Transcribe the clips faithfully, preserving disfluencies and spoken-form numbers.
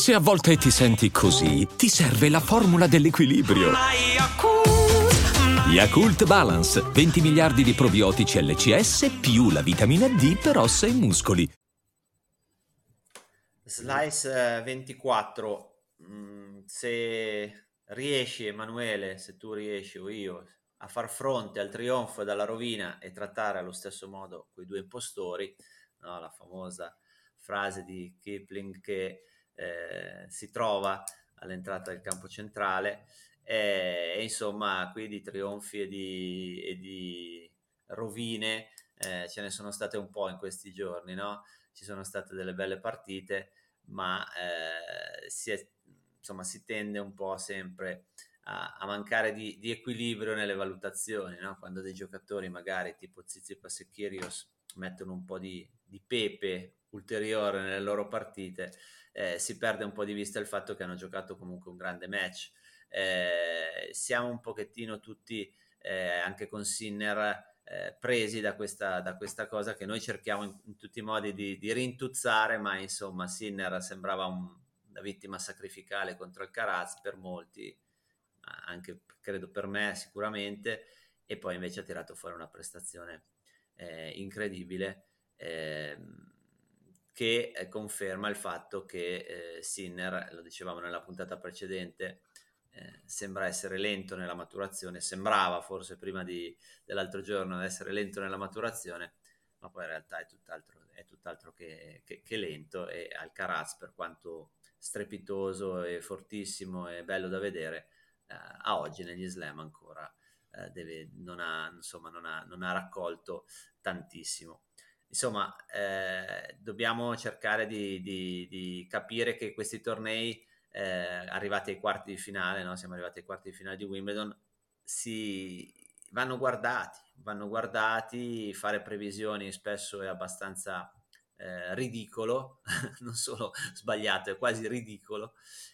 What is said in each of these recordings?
Se a volte ti senti così, ti serve la formula dell'equilibrio. Yakult Balance, venti miliardi di probiotici L C S più la vitamina D per ossa e muscoli. Slice ventiquattro, mm, se riesci, Emanuele, se tu riesci o io, a far fronte al trionfo e dalla rovina e trattare allo stesso modo quei due impostori, no, la famosa frase di Kipling che eh, si trova all'entrata del campo centrale, e, e insomma qui di trionfi e di, e di rovine eh, ce ne sono state un po' in questi giorni, no? Ci sono state delle belle partite, ma eh, si, è, insomma, si tende un po' sempre a, a mancare di, di equilibrio nelle valutazioni, no? Quando dei giocatori magari tipo Tsitsipas e Kyrgios mettono un po' di, di pepe ulteriore nelle loro partite, eh, si perde un po' di vista il fatto che hanno giocato comunque un grande match. Eh, siamo un pochettino tutti eh, anche con Sinner eh, presi da questa, da questa cosa che noi cerchiamo in, in tutti i modi di, di rintuzzare, ma insomma Sinner sembrava un, una vittima sacrificale contro il Alcaraz per molti, anche credo per me sicuramente, e poi invece ha tirato fuori una prestazione eh, incredibile eh, che eh, conferma il fatto che eh, Sinner, lo dicevamo nella puntata precedente, eh, sembra essere lento nella maturazione, sembrava forse prima di, dell'altro giorno essere lento nella maturazione, ma poi in realtà è tutt'altro, è tutt'altro che, che, che lento, e Alcaraz, per quanto strepitoso e fortissimo e bello da vedere, eh, a oggi negli slam ancora eh, deve, non, ha, insomma, non, ha, non ha raccolto tantissimo. Insomma, eh, dobbiamo cercare di, di, di capire che questi tornei eh, arrivati ai quarti di finale, no? Siamo arrivati ai quarti di finale di Wimbledon, si vanno guardati, vanno guardati, fare previsioni spesso è abbastanza eh, ridicolo, non solo sbagliato, è quasi ridicolo,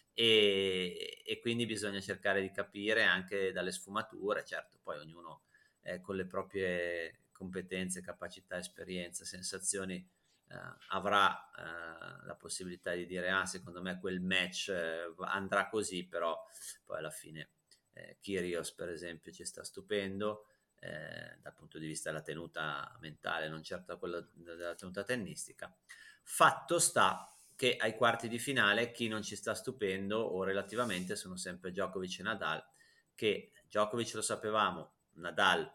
e, e quindi bisogna cercare di capire anche dalle sfumature, certo, poi ognuno eh, con le proprie competenze, capacità, esperienze, sensazioni Uh, avrà uh, la possibilità di dire ah secondo me quel match uh, andrà così, però poi alla fine eh, Kyrgios per esempio ci sta stupendo eh, dal punto di vista della tenuta mentale, non certo quello della tenuta tennistica. Fatto sta che ai quarti di finale chi non ci sta stupendo o relativamente sono sempre Djokovic e Nadal, che Djokovic lo sapevamo, Nadal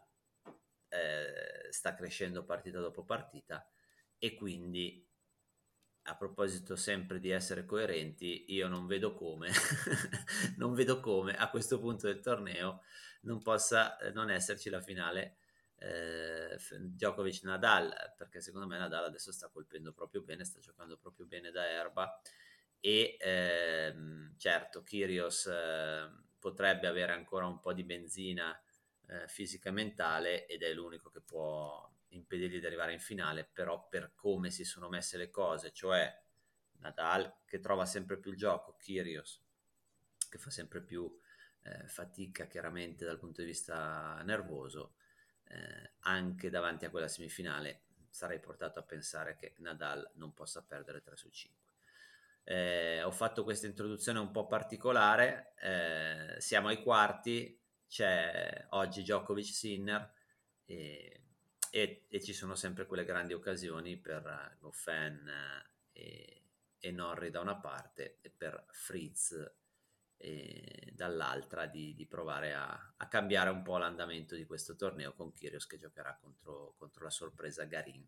eh, sta crescendo partita dopo partita, e quindi a proposito sempre di essere coerenti, io non vedo come non vedo come a questo punto del torneo non possa non esserci la finale eh, Djokovic-Nadal, perché secondo me Nadal adesso sta colpendo proprio bene, sta giocando proprio bene da erba, e ehm, certo Kyrgios eh, potrebbe avere ancora un po' di benzina eh, fisica e mentale, ed è l'unico che può impedirgli di arrivare in finale, però per come si sono messe le cose, cioè Nadal che trova sempre più il gioco, Kyrgios che fa sempre più eh, fatica chiaramente dal punto di vista nervoso, eh, anche davanti a quella semifinale sarei portato a pensare che Nadal non possa perdere tre su cinque. Eh, ho fatto questa introduzione un po' particolare, eh, siamo ai quarti, c'è oggi Djokovic-Sinner, e, e, e ci sono sempre quelle grandi occasioni per Goffin e, e Norrie da una parte e per Fritz e dall'altra di, di provare a, a cambiare un po' l'andamento di questo torneo con Kyrgios che giocherà contro, contro la sorpresa Garin.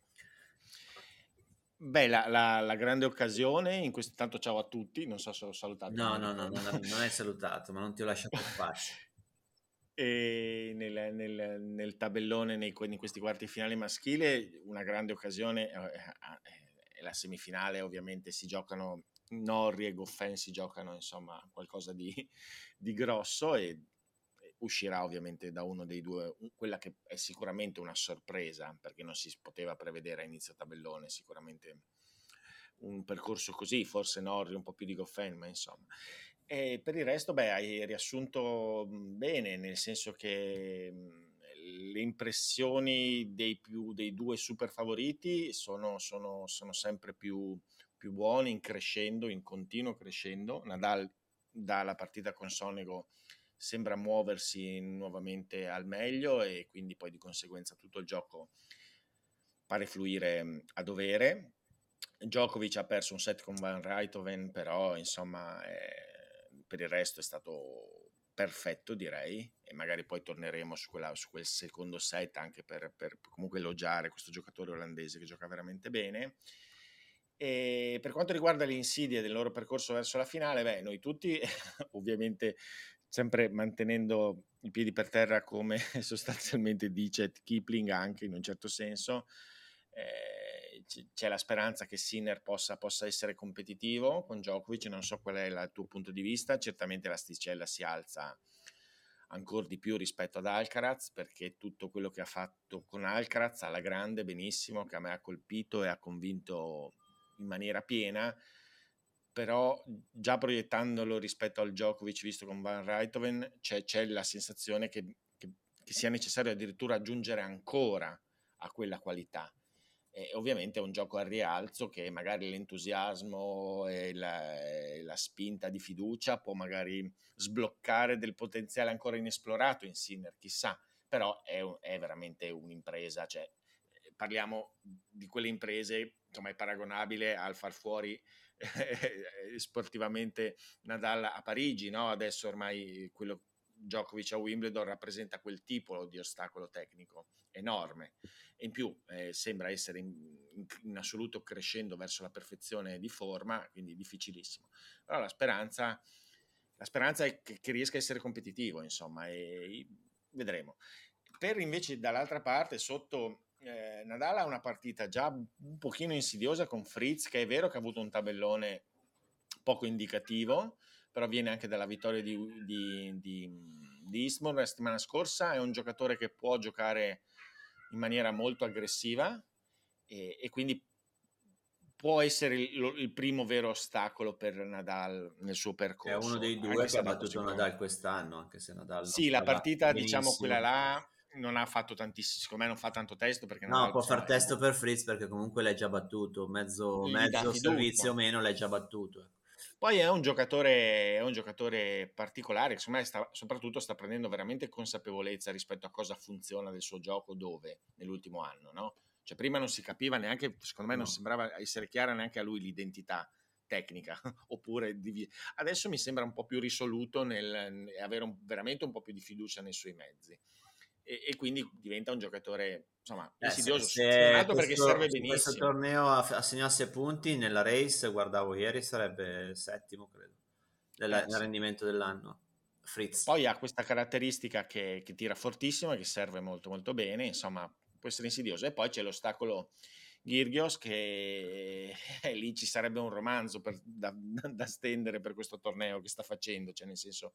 Beh, la, la, la grande occasione in questo, tanto ciao a tutti, non so se ho salutato. No, no, no, non, non hai salutato, ma non ti ho lasciato spazio. E nel, nel, nel tabellone nei, in questi quarti finali maschile una grande occasione è la semifinale, ovviamente si giocano Norrie e Goffin, si giocano insomma qualcosa di, di grosso, e uscirà ovviamente da uno dei due quella che è sicuramente una sorpresa, perché non si poteva prevedere a inizio tabellone sicuramente un percorso così, forse Norrie un po' più di Goffin, ma insomma. E per il resto, beh, hai riassunto bene, nel senso che le impressioni dei, più, dei due super favoriti sono, sono, sono sempre più, più buone, in crescendo, in continuo crescendo. Nadal dalla partita con Sonego sembra muoversi nuovamente al meglio e quindi poi di conseguenza tutto il gioco pare fluire a dovere. Djokovic ha perso un set con Van Rijthoven, però insomma eh, per il resto è stato perfetto, direi, e magari poi torneremo su, quella, su quel secondo set anche per, per comunque elogiare questo giocatore olandese che gioca veramente bene. E per quanto riguarda le insidie del loro percorso verso la finale, beh, noi tutti ovviamente sempre mantenendo i piedi per terra, come sostanzialmente dice Kipling anche in un certo senso, eh, c'è la speranza che Sinner possa, possa essere competitivo con Djokovic. Non so qual è il tuo punto di vista, certamente l'asticella si alza ancora di più rispetto ad Alcaraz, perché tutto quello che ha fatto con Alcaraz alla grande, benissimo, che a me ha colpito e ha convinto in maniera piena, però già proiettandolo rispetto al Djokovic visto con Van Rijthoven c'è, c'è la sensazione che, che, che sia necessario addirittura aggiungere ancora a quella qualità. E ovviamente è un gioco al rialzo che magari l'entusiasmo e la, e la spinta di fiducia può magari sbloccare del potenziale ancora inesplorato in Sinner, chissà, però è, è veramente un'impresa, cioè parliamo di quelle imprese, insomma è paragonabile al far fuori eh, sportivamente Nadal a Parigi, no? Adesso ormai quello Djokovic a Wimbledon rappresenta quel tipo di ostacolo tecnico enorme e in più eh, sembra essere in, in, in assoluto crescendo verso la perfezione di forma, quindi difficilissimo, però la speranza la speranza è che, che riesca a essere competitivo, insomma, e vedremo. Per invece dall'altra parte sotto eh, Nadal ha una partita già un pochino insidiosa con Fritz, che è vero che ha avuto un tabellone poco indicativo, però viene anche dalla vittoria di, di, di, di Eastbourne la settimana scorsa. È un giocatore che può giocare in maniera molto aggressiva e, e quindi può essere il, il primo vero ostacolo per Nadal nel suo percorso. È uno dei due che ha battuto Nadal quest'anno, anche se Nadal sì, la partita benissimo. Diciamo quella là non ha fatto tantissimo, secondo me non fa tanto testo perché no, Nadal, può insomma, far testo per Fritz perché comunque l'hai già battuto, mezzo, mezzo servizio o meno l'hai già battuto. Poi è un giocatore, è un giocatore particolare, secondo me sta, soprattutto sta prendendo veramente consapevolezza rispetto a cosa funziona del suo gioco dove nell'ultimo anno, no? Cioè prima non si capiva neanche, secondo me non no. sembrava essere chiara neanche a lui l'identità tecnica, oppure di... adesso mi sembra un po' più risoluto nel avere un, veramente un po' più di fiducia nei suoi mezzi e, e quindi diventa un giocatore insomma insidioso, eh, se, se perché questo, serve se benissimo. questo torneo assegnasse punti nella race, guardavo ieri, sarebbe settimo credo della, eh, nel sì. rendimento dell'anno. Fritz. Poi ha questa caratteristica che, che tira fortissimo e che serve molto molto bene, insomma può essere insidioso. E poi c'è l'ostacolo Kyrgios, che eh, lì ci sarebbe un romanzo per, da, da stendere per questo torneo che sta facendo, cioè nel senso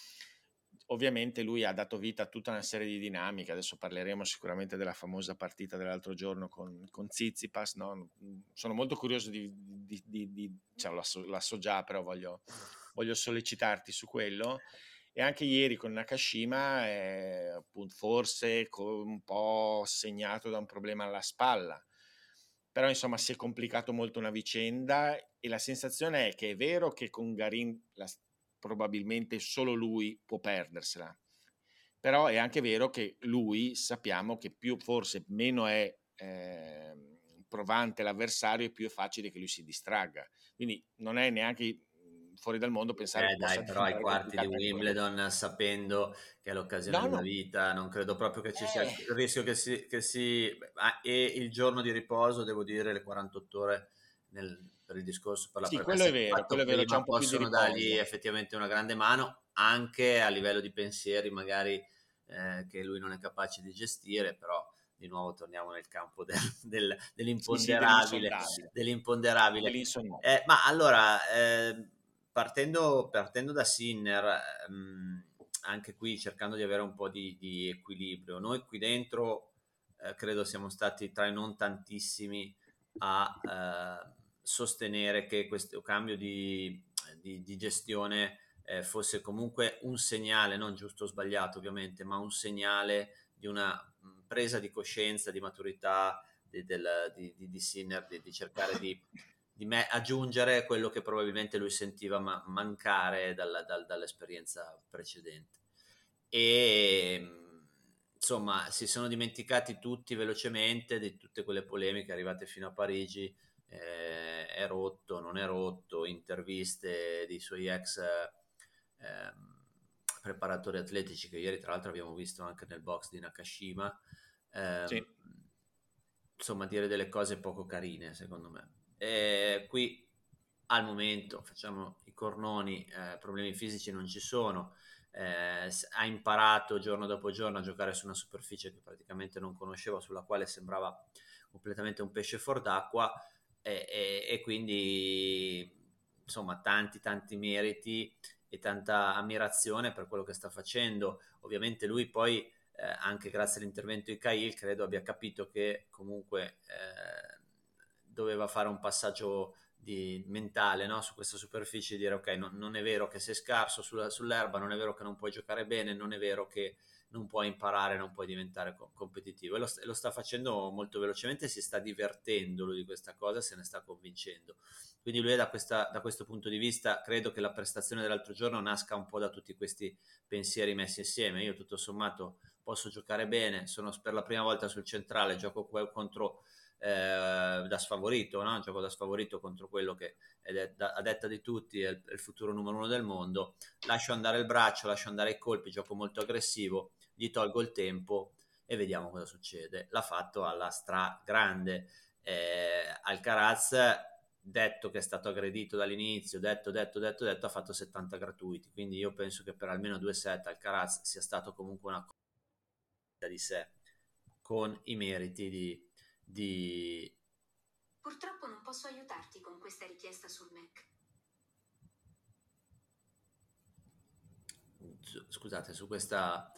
ovviamente lui ha dato vita a tutta una serie di dinamiche. Adesso parleremo sicuramente della famosa partita dell'altro giorno con, con Tsitsipas, no? Sono molto curioso di, di, di, di cioè, lo, so, lo so già, però voglio, voglio sollecitarti su quello. E anche ieri con Nakashima eh, appunto, forse un po' segnato da un problema alla spalla, però insomma si è complicato molto una vicenda e la sensazione è che è vero che con Garin la, probabilmente solo lui può perdersela, però è anche vero che lui sappiamo che più forse meno è eh, provante l'avversario e più è facile che lui si distragga, quindi non è neanche fuori dal mondo pensare eh, dai, però ai quarti di Wimbledon, sapendo che è l'occasione no, della no. vita, non credo proprio che ci eh. sia il rischio che si, che si e il giorno di riposo, devo dire, le quarantotto ore nel, per il discorso per la sì, quello è vero, quello è vero, c'è un po' possono più di dargli effettivamente una grande mano anche a livello di pensieri magari eh, che lui non è capace di gestire, però di nuovo torniamo nel campo del, del, dell'imponderabile, sì, sì, dell'imponderabile. dell'imponderabile. Eh, ma allora eh, partendo, partendo da Sinner, ehm, anche qui cercando di avere un po' di, di equilibrio, noi qui dentro eh, credo siamo stati tra i non tantissimi a eh, sostenere che questo cambio di, di, di gestione eh, fosse comunque un segnale, non giusto o sbagliato ovviamente, ma un segnale di una presa di coscienza, di maturità di, del, di, di, di Sinner, di, di cercare di, di me, aggiungere quello che probabilmente lui sentiva ma- mancare dalla, dal, dall'esperienza precedente. E insomma si sono dimenticati tutti velocemente di tutte quelle polemiche arrivate fino a Parigi, eh, è rotto, non è rotto, interviste dei suoi ex eh, preparatori atletici che ieri tra l'altro abbiamo visto anche nel box di Nakashima, eh, Sì. insomma dire delle cose poco carine secondo me. E qui al momento facciamo i cornoni, eh, problemi fisici non ci sono, eh, ha imparato giorno dopo giorno a giocare su una superficie che praticamente non conosceva, sulla quale sembrava completamente un pesce fuor d'acqua, e, e, e quindi insomma tanti tanti meriti e tanta ammirazione per quello che sta facendo. Ovviamente lui poi eh, anche grazie all'intervento di Cahill credo abbia capito che comunque eh, doveva fare un passaggio di mentale, no? Su questa superficie, dire ok, no, non è vero che sei scarso sulla, sull'erba, non è vero che non puoi giocare bene, non è vero che non puoi imparare, non puoi diventare co- competitivo, e lo, lo sta facendo molto velocemente, si sta divertendo lui di questa cosa, se ne sta convincendo. Quindi lui da, questa, da questo punto di vista credo che la prestazione dell'altro giorno nasca un po' da tutti questi pensieri messi insieme. Io tutto sommato posso giocare bene, sono per la prima volta sul centrale, gioco contro eh, da sfavorito, no? Gioco da sfavorito contro quello che è da, a detta di tutti è il, è il futuro numero uno del mondo, lascio andare il braccio, lascio andare i colpi, gioco molto aggressivo, gli tolgo il tempo e vediamo cosa succede. L'ha fatto alla stra grande. eh, Alcaraz, detto che è stato aggredito dall'inizio, detto, detto, detto, detto, ha fatto settanta gratuiti, quindi io penso che per almeno due set Alcaraz sia stato comunque una cosa di sé, con i meriti di, di... Purtroppo non posso aiutarti con questa richiesta sul Mac. Scusate, su questa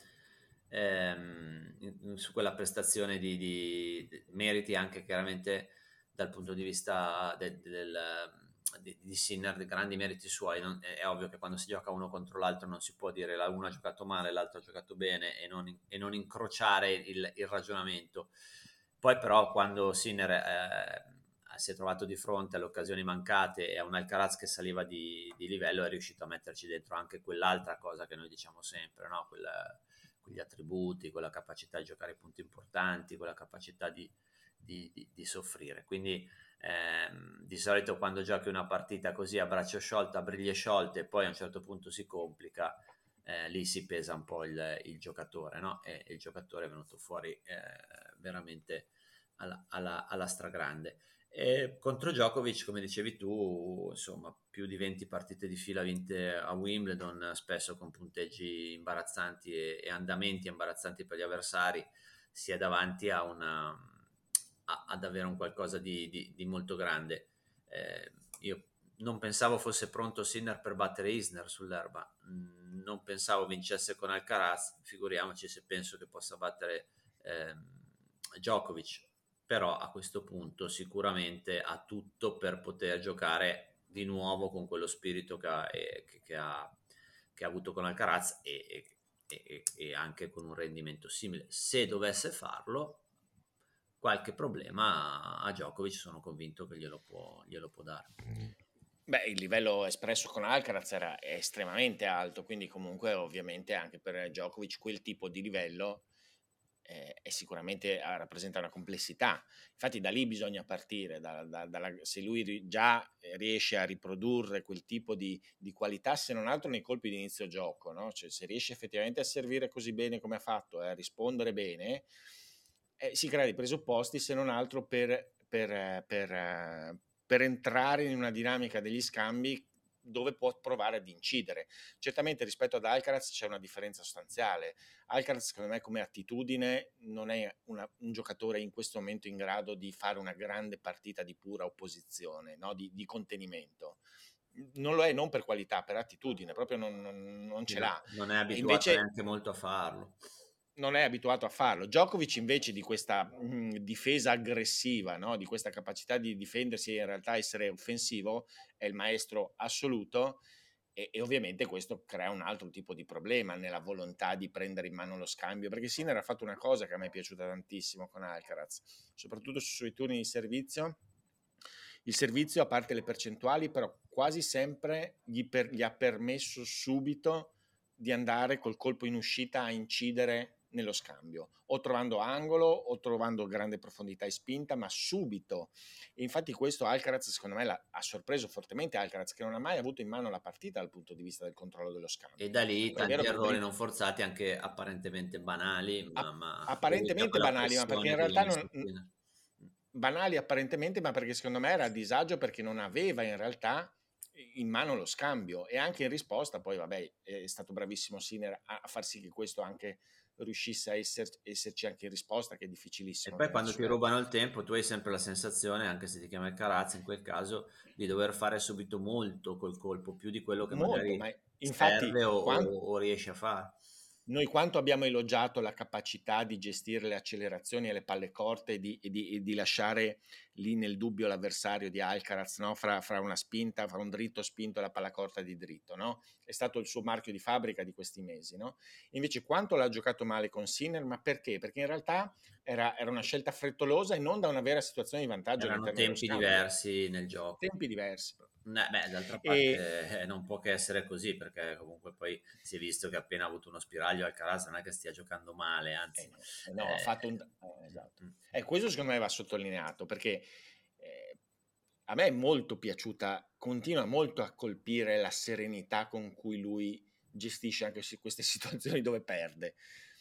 ehm, su quella prestazione di, di, di meriti anche chiaramente dal punto di vista del, del, di, di Sinner, di grandi meriti suoi. Non, è, è ovvio che quando si gioca uno contro l'altro non si può dire uno ha giocato male, l'altro ha giocato bene e non, e non incrociare il, il ragionamento. Poi però quando Sinner eh, si è trovato di fronte alle occasioni mancate e a un Alcaraz che saliva di, di livello, è riuscito a metterci dentro anche quell'altra cosa che noi diciamo sempre, no? Quella, quegli attributi, quella capacità di giocare punti importanti, quella capacità di, di, di, di soffrire. Quindi ehm, di solito quando giochi una partita così a braccio sciolto, a briglie sciolte e poi a un certo punto si complica, eh, lì si pesa un po' il, il giocatore, no? E, e il giocatore è venuto fuori eh, veramente alla, alla, alla stragrande. E contro Djokovic, come dicevi tu, insomma, più di venti partite di fila vinte a Wimbledon, spesso con punteggi imbarazzanti e, e andamenti imbarazzanti per gli avversari, si è davanti a una, a, ad avere un qualcosa di, di, di molto grande. Eh, io non pensavo fosse pronto Sinner per battere Isner sull'erba, non pensavo vincesse con Alcaraz, figuriamoci se penso che possa battere eh, Djokovic. Però a questo punto sicuramente ha tutto per poter giocare di nuovo con quello spirito che ha, eh, che, che ha, che ha avuto con Alcaraz e, e, e anche con un rendimento simile. Se dovesse farlo, qualche problema a Djokovic sono convinto che glielo può, glielo può dare. Beh, il livello espresso con Alcaraz era estremamente alto, quindi comunque ovviamente anche per Djokovic quel tipo di livello eh, è sicuramente ah, rappresenta una complessità. Infatti da lì bisogna partire, da, da, dalla, se lui ri, già riesce a riprodurre quel tipo di, di qualità, se non altro nei colpi di inizio gioco, no? Cioè, se riesce effettivamente a servire così bene come ha fatto e eh, a rispondere bene, eh, si crea dei presupposti se non altro per, per, per, per entrare in una dinamica degli scambi dove può provare ad incidere. Certamente rispetto ad Alcaraz c'è una differenza sostanziale. Alcaraz secondo me come attitudine non è una, un giocatore in questo momento in grado di fare una grande partita di pura opposizione, no? di, di contenimento. Non lo è non per qualità, per attitudine, proprio non, non, non ce No, l'ha. non è E abituato invece neanche molto a farlo. non è abituato a farlo. Djokovic invece di questa mh, difesa aggressiva, no? Di questa capacità di difendersi e in realtà essere offensivo, è il maestro assoluto e, e ovviamente questo crea un altro tipo di problema nella volontà di prendere in mano lo scambio, perché Sinner ha fatto una cosa che a me è piaciuta tantissimo con Alcaraz, soprattutto sui suoi turni di servizio. Il servizio, a parte le percentuali, però quasi sempre gli, per, gli ha permesso subito di andare col colpo in uscita a incidere nello scambio, o trovando angolo o trovando grande profondità e spinta, ma subito. E infatti questo Alcaraz, secondo me, ha sorpreso fortemente Alcaraz, che non ha mai avuto in mano la partita dal punto di vista del controllo dello scambio. E da lì Poi è tanti vero che errori non forzati, anche apparentemente banali, ma, ma dovuti a apparentemente quella banali, ma perché pressione in che gli ha realtà messo non, Sinner. banali apparentemente, ma perché secondo me era a disagio perché non aveva in realtà in mano lo scambio, e anche in risposta poi vabbè è stato bravissimo Sinner a, a far sì che questo anche riuscisse a esser, esserci anche in risposta, che è E difficilissimo poi tenere quando su ti una rubano palla. il tempo, tu hai sempre la sensazione, anche se ti chiama il Carazza, in quel caso, di dover fare subito molto col colpo, più di quello che Molto, magari ma infatti serve o, quando, o, o riesce a fare. noi quanto abbiamo elogiato la capacità di gestire le accelerazioni e le palle corte e di, e di, e di lasciare lì nel dubbio l'avversario di Alcaraz, no? fra, fra una spinta, fra un dritto spinto e la palla corta di dritto, no? È stato il suo marchio di fabbrica di questi mesi, no? Invece quanto l'ha giocato male con Sinner, ma perché? Perché in realtà era, era una scelta frettolosa e non da una vera situazione di vantaggio Erano all'interno dello tempi scambio. diversi nel gioco. Tempi diversi proprio. Eh, beh, d'altra E, parte eh, non può che essere così, perché comunque poi si è visto che appena ha avuto uno spiraglio Alcaraz non è che stia giocando male, Eh anzi. no, eh no, ha fatto un... eh, eh, esatto. mm, E questo secondo me va sottolineato, perché eh, a me è molto piaciuta, continua molto a colpire la serenità con cui lui gestisce anche queste situazioni dove perde.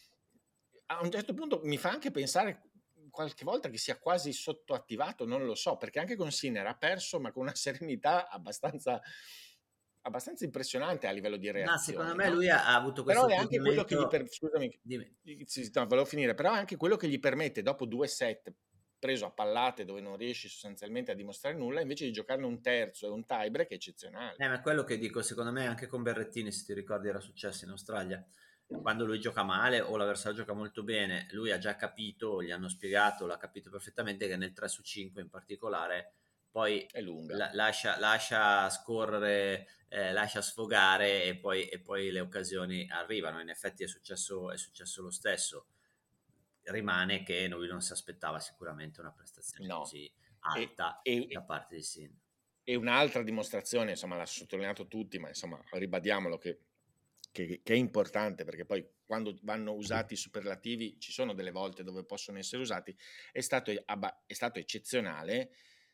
A un certo punto mi fa anche pensare qualche volta che sia quasi sottoattivato, non lo so, perché anche con Sinner ha perso, ma con una serenità abbastanza, abbastanza impressionante a livello di Ma secondo reazioni, me no? lui ha, ha avuto questo Però è anche quello che gli per... atteggiamento. scusami, Dimmi. sì, no, volevo finire, però è anche quello che gli permette dopo due set preso a pallate dove non riesci sostanzialmente a dimostrare nulla, invece di giocarne un terzo e un tie break eccezionale. Eh, ma quello che dico, secondo me anche con Berrettini, se ti ricordi, era successo in Australia. Quando lui gioca male o l'avversario gioca molto bene, lui ha già capito, gli hanno spiegato, l'ha capito perfettamente che nel tre su cinque in particolare poi È lunga. la- lascia, lascia scorrere, eh, lascia sfogare e poi, e poi le occasioni arrivano. In effetti è successo, è successo lo stesso. Rimane che lui non si aspettava sicuramente una prestazione No. così E, alta da e, parte di Sin. e un'altra dimostrazione, insomma, l'ha sottolineato tutti, ma insomma, ribadiamolo che, che, che è importante, perché poi quando vanno usati i superlativi ci sono delle volte dove possono essere usati, è stato, è stato eccezionale,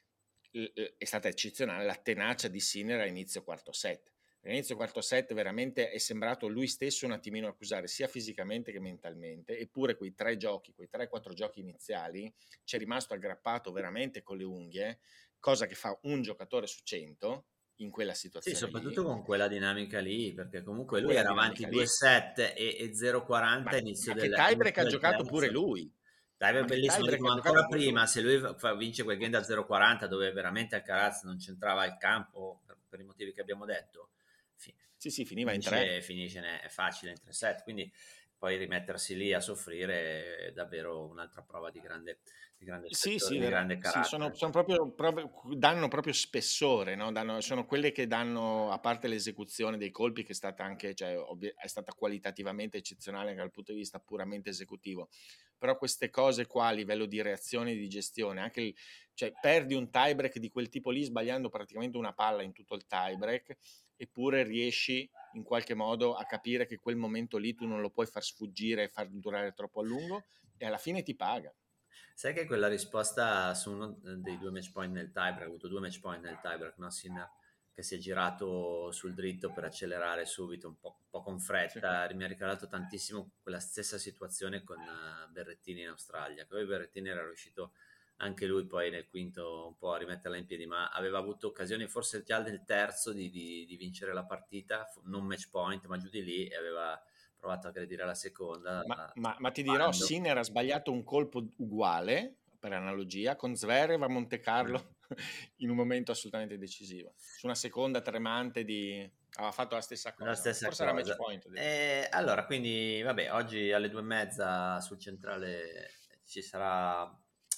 è stata eccezionale la tenacia di Sinner a inizio quarto set. All'inizio quarto set veramente è sembrato lui stesso un attimino accusare sia fisicamente che mentalmente, eppure quei tre giochi, quei tre quattro giochi iniziali ci è rimasto aggrappato veramente con le unghie, cosa che fa un giocatore su cento in quella Sì, situazione lì, soprattutto con quella dinamica lì, perché comunque con lui quella era avanti dinamica lì. due set e, e zero quaranta Ma, inizio ma che del, tiebreak inizio ha del giocato pure terzo. lui? Dai, è Ma che bellissimo, dico, tiebreak ma ha giocato ancora pure prima, lui? se lui fa- vince quel game da zero quaranta dove veramente Alcaraz non c'entrava il campo, per, per i motivi che abbiamo detto, fi- Sì, sì, finiva in tre. finisce, finisce ne- è facile in tre set, quindi poi rimettersi lì a soffrire è davvero un'altra prova di grande, di grande Sì, sì, spessore, di vera- grande sì, sono, carattere. sono proprio, proprio- danno proprio spessore, no? Danno- sono quelle che danno, a parte l'esecuzione dei colpi, che è stata anche, cioè, ovvi- è stata qualitativamente eccezionale anche dal punto di vista puramente esecutivo, però queste cose qua a livello di reazione e di gestione, anche il- cioè, perdi un tiebreak di quel tipo lì sbagliando praticamente una palla in tutto il tiebreak, eppure riesci in qualche modo a capire che quel momento lì tu non lo puoi far sfuggire e far durare troppo a lungo, e alla fine ti paga. Sai che quella risposta su uno dei due match point nel tiebreak, ha avuto due match point nel tiebreak, no? Sinner, che si è girato sul dritto per accelerare subito, un po', un po' con Sì. fretta, mi ha ricordato tantissimo quella stessa situazione con uh, Berrettini in Australia, che poi Berrettini era riuscito anche lui poi nel quinto un po' a rimetterla in piedi, ma aveva avuto occasioni forse già nel terzo di, di, di vincere la partita, non match point, ma giù di lì, e aveva provato a aggredire la seconda, Ma, ma- ma ti dirò, quando... Sinner ha sbagliato un colpo uguale, per analogia, con Zverev a Monte Carlo in un momento assolutamente decisivo. Su una seconda tremante di... aveva fatto la stessa La cosa. stessa Forse era match cosa. point. E allora, quindi, vabbè, oggi alle due e mezza sul centrale ci sarà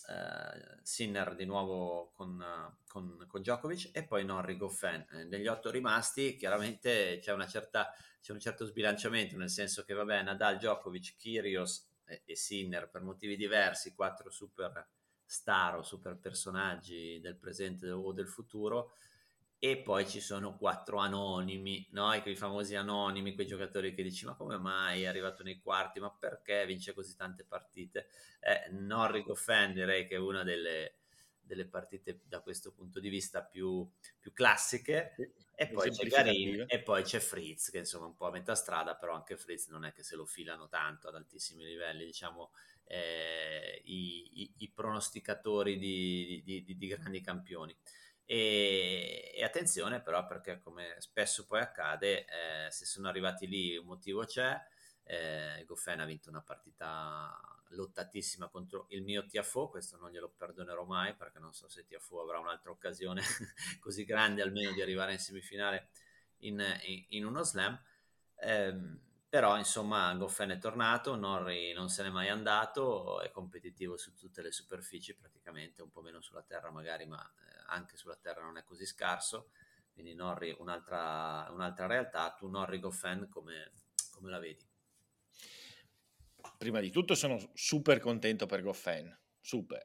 eh, Sinner di nuovo con, con, con Djokovic e poi Norrie Goffin. Eh, degli otto rimasti chiaramente c'è una certa c'è un certo sbilanciamento, nel senso che vabbè, Nadal, Djokovic, Kyrgios e, e Sinner per motivi diversi, quattro super star o super personaggi del presente o del futuro, e poi ci sono quattro anonimi, no? I quei famosi anonimi, quei giocatori che dici ma come mai è arrivato nei quarti, ma perché vince così tante partite? Eh, Norrie Goffin direi che è una delle, delle partite da questo punto di vista più, più classiche, e poi c'è Garin e poi c'è Fritz che insomma un po' a metà strada, però anche Fritz non è che se lo filano tanto ad altissimi livelli, diciamo eh, i, i, i pronosticatori di, di, di, di grandi campioni. E, e attenzione però, perché come spesso poi accade, eh, se sono arrivati lì un motivo c'è. eh, Goffin ha vinto una partita lottatissima contro il mio Tiafoe, questo non glielo perdonerò mai, perché non so se Tiafoe avrà un'altra occasione così grande almeno di arrivare in semifinale in, in, in uno slam. ehm, però insomma Goffin è tornato, Norrie non se n'è mai andato, è competitivo su tutte le superfici praticamente, un po' meno sulla terra magari, ma eh, anche sulla terra non è così scarso, quindi Norrie un'altra, un'altra realtà. Tu Norrie Goffin come, come la vedi? Prima di tutto sono super contento per Goffin, super.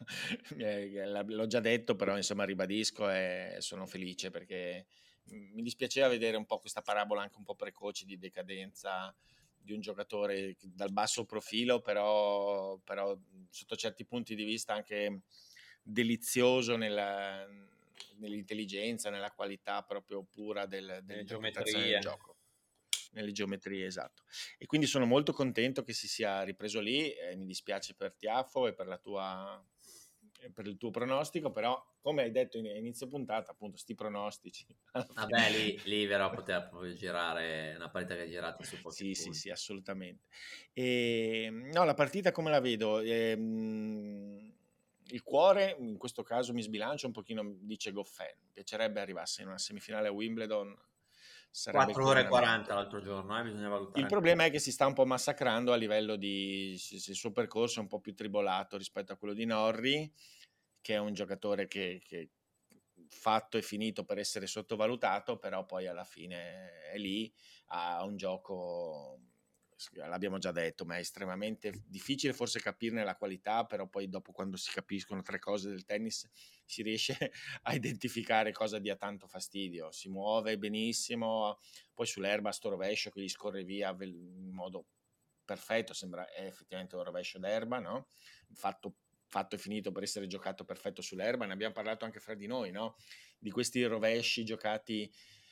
L'ho già detto, però insomma ribadisco e sono felice perché mi dispiaceva vedere un po' questa parabola anche un po' precoce di decadenza di un giocatore dal basso profilo, però, però sotto certi punti di vista anche delizioso nella, nell'intelligenza, nella qualità proprio pura del, dell'interpretazione del gioco. Nelle geometrie, esatto. E quindi sono molto contento che si sia ripreso lì, eh, mi dispiace per Tiafoe e per la tua per il tuo pronostico, però come hai detto in inizio puntata, appunto sti pronostici vabbè lì, lì però poteva proprio girare una partita che è girata su pochi sì, punti. sì, sì, assolutamente. E, no, la partita come la vedo? Ehm, il cuore in questo caso mi sbilancia un pochino, dice Goffin, mi piacerebbe arrivasse in una semifinale a Wimbledon, sarebbe quattro ore e quaranta l'altro giorno, eh, bisogna valutare. Il problema è che si sta un po' massacrando a livello di il suo percorso è un po' più tribolato rispetto a quello di Norrie, che è un giocatore che, che fatto e finito per essere sottovalutato, però poi alla fine è lì, ha un gioco, l'abbiamo già detto, ma è estremamente difficile forse capirne la qualità, però poi dopo quando si capiscono tre cose del tennis si riesce a identificare cosa dia tanto fastidio, si muove benissimo, poi sull'erba sto rovescio che gli scorre via in modo perfetto, sembra è effettivamente un rovescio d'erba, no? Fatto, fatto e finito per essere giocato perfetto sull'erba, ne abbiamo parlato anche fra di noi, no? Di questi rovesci giocati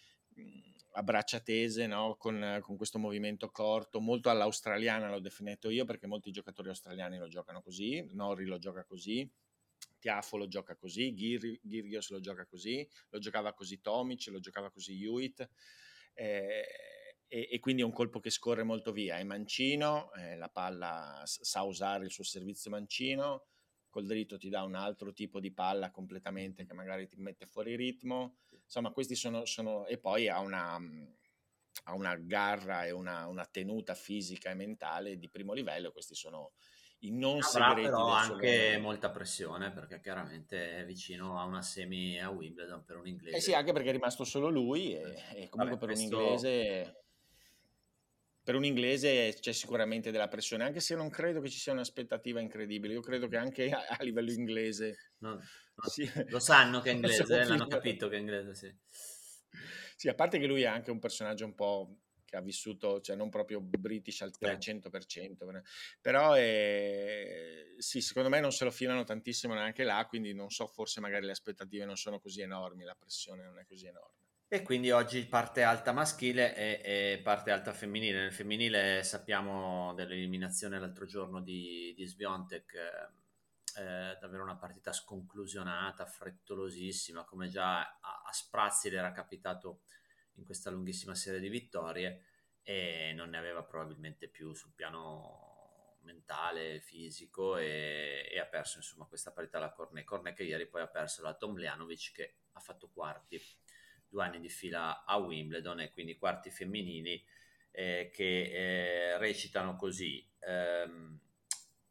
a braccia tese, no? con, con questo movimento corto, molto all'australiana l'ho definito io, perché molti giocatori australiani lo giocano così, Norrie lo gioca così, Tiafoe lo gioca così, Gir- Kyrgios lo gioca così, lo giocava così Tomic, lo giocava così Hewitt, eh, e, e quindi è un colpo che scorre molto via, è mancino, eh, la palla sa usare il suo servizio mancino, col dritto ti dà un altro tipo di palla completamente che magari ti mette fuori ritmo, insomma questi sono, sono e poi ha una, ha una garra e una, una tenuta fisica e mentale di primo livello, questi sono i non avrà segreti però del suo anche allenamento. molta pressione, perché chiaramente è vicino a una semi a Wimbledon per un inglese. Eh sì, anche perché è rimasto solo lui e, e comunque Vabbè, per questo... un inglese per un inglese c'è sicuramente della pressione, anche se non credo che ci sia un'aspettativa incredibile. Io credo che anche a, a livello inglese no, no, sì, lo sanno che è inglese, eh, l'hanno finire. capito che è inglese, sì. Sì, a parte che lui è anche un personaggio un po' che ha vissuto, cioè non proprio british al trecento per cento, però è, sì, secondo me non se lo filano tantissimo neanche là, quindi non so, forse magari le aspettative non sono così enormi, la pressione non è così enorme. E quindi oggi parte alta maschile e, e parte alta femminile. Nel femminile sappiamo dell'eliminazione l'altro giorno di, di Swiatek, eh, eh, davvero una partita sconclusionata, frettolosissima, come già a, a sprazzi le era capitato in questa lunghissima serie di vittorie, e non ne aveva probabilmente più sul piano mentale, fisico, e, e ha perso insomma questa partita alla Cornet. Cornet che ieri poi ha perso la Tomljanovic, che ha fatto quarti due anni di fila a Wimbledon, e quindi quarti femminili eh, che eh, recitano così. ehm,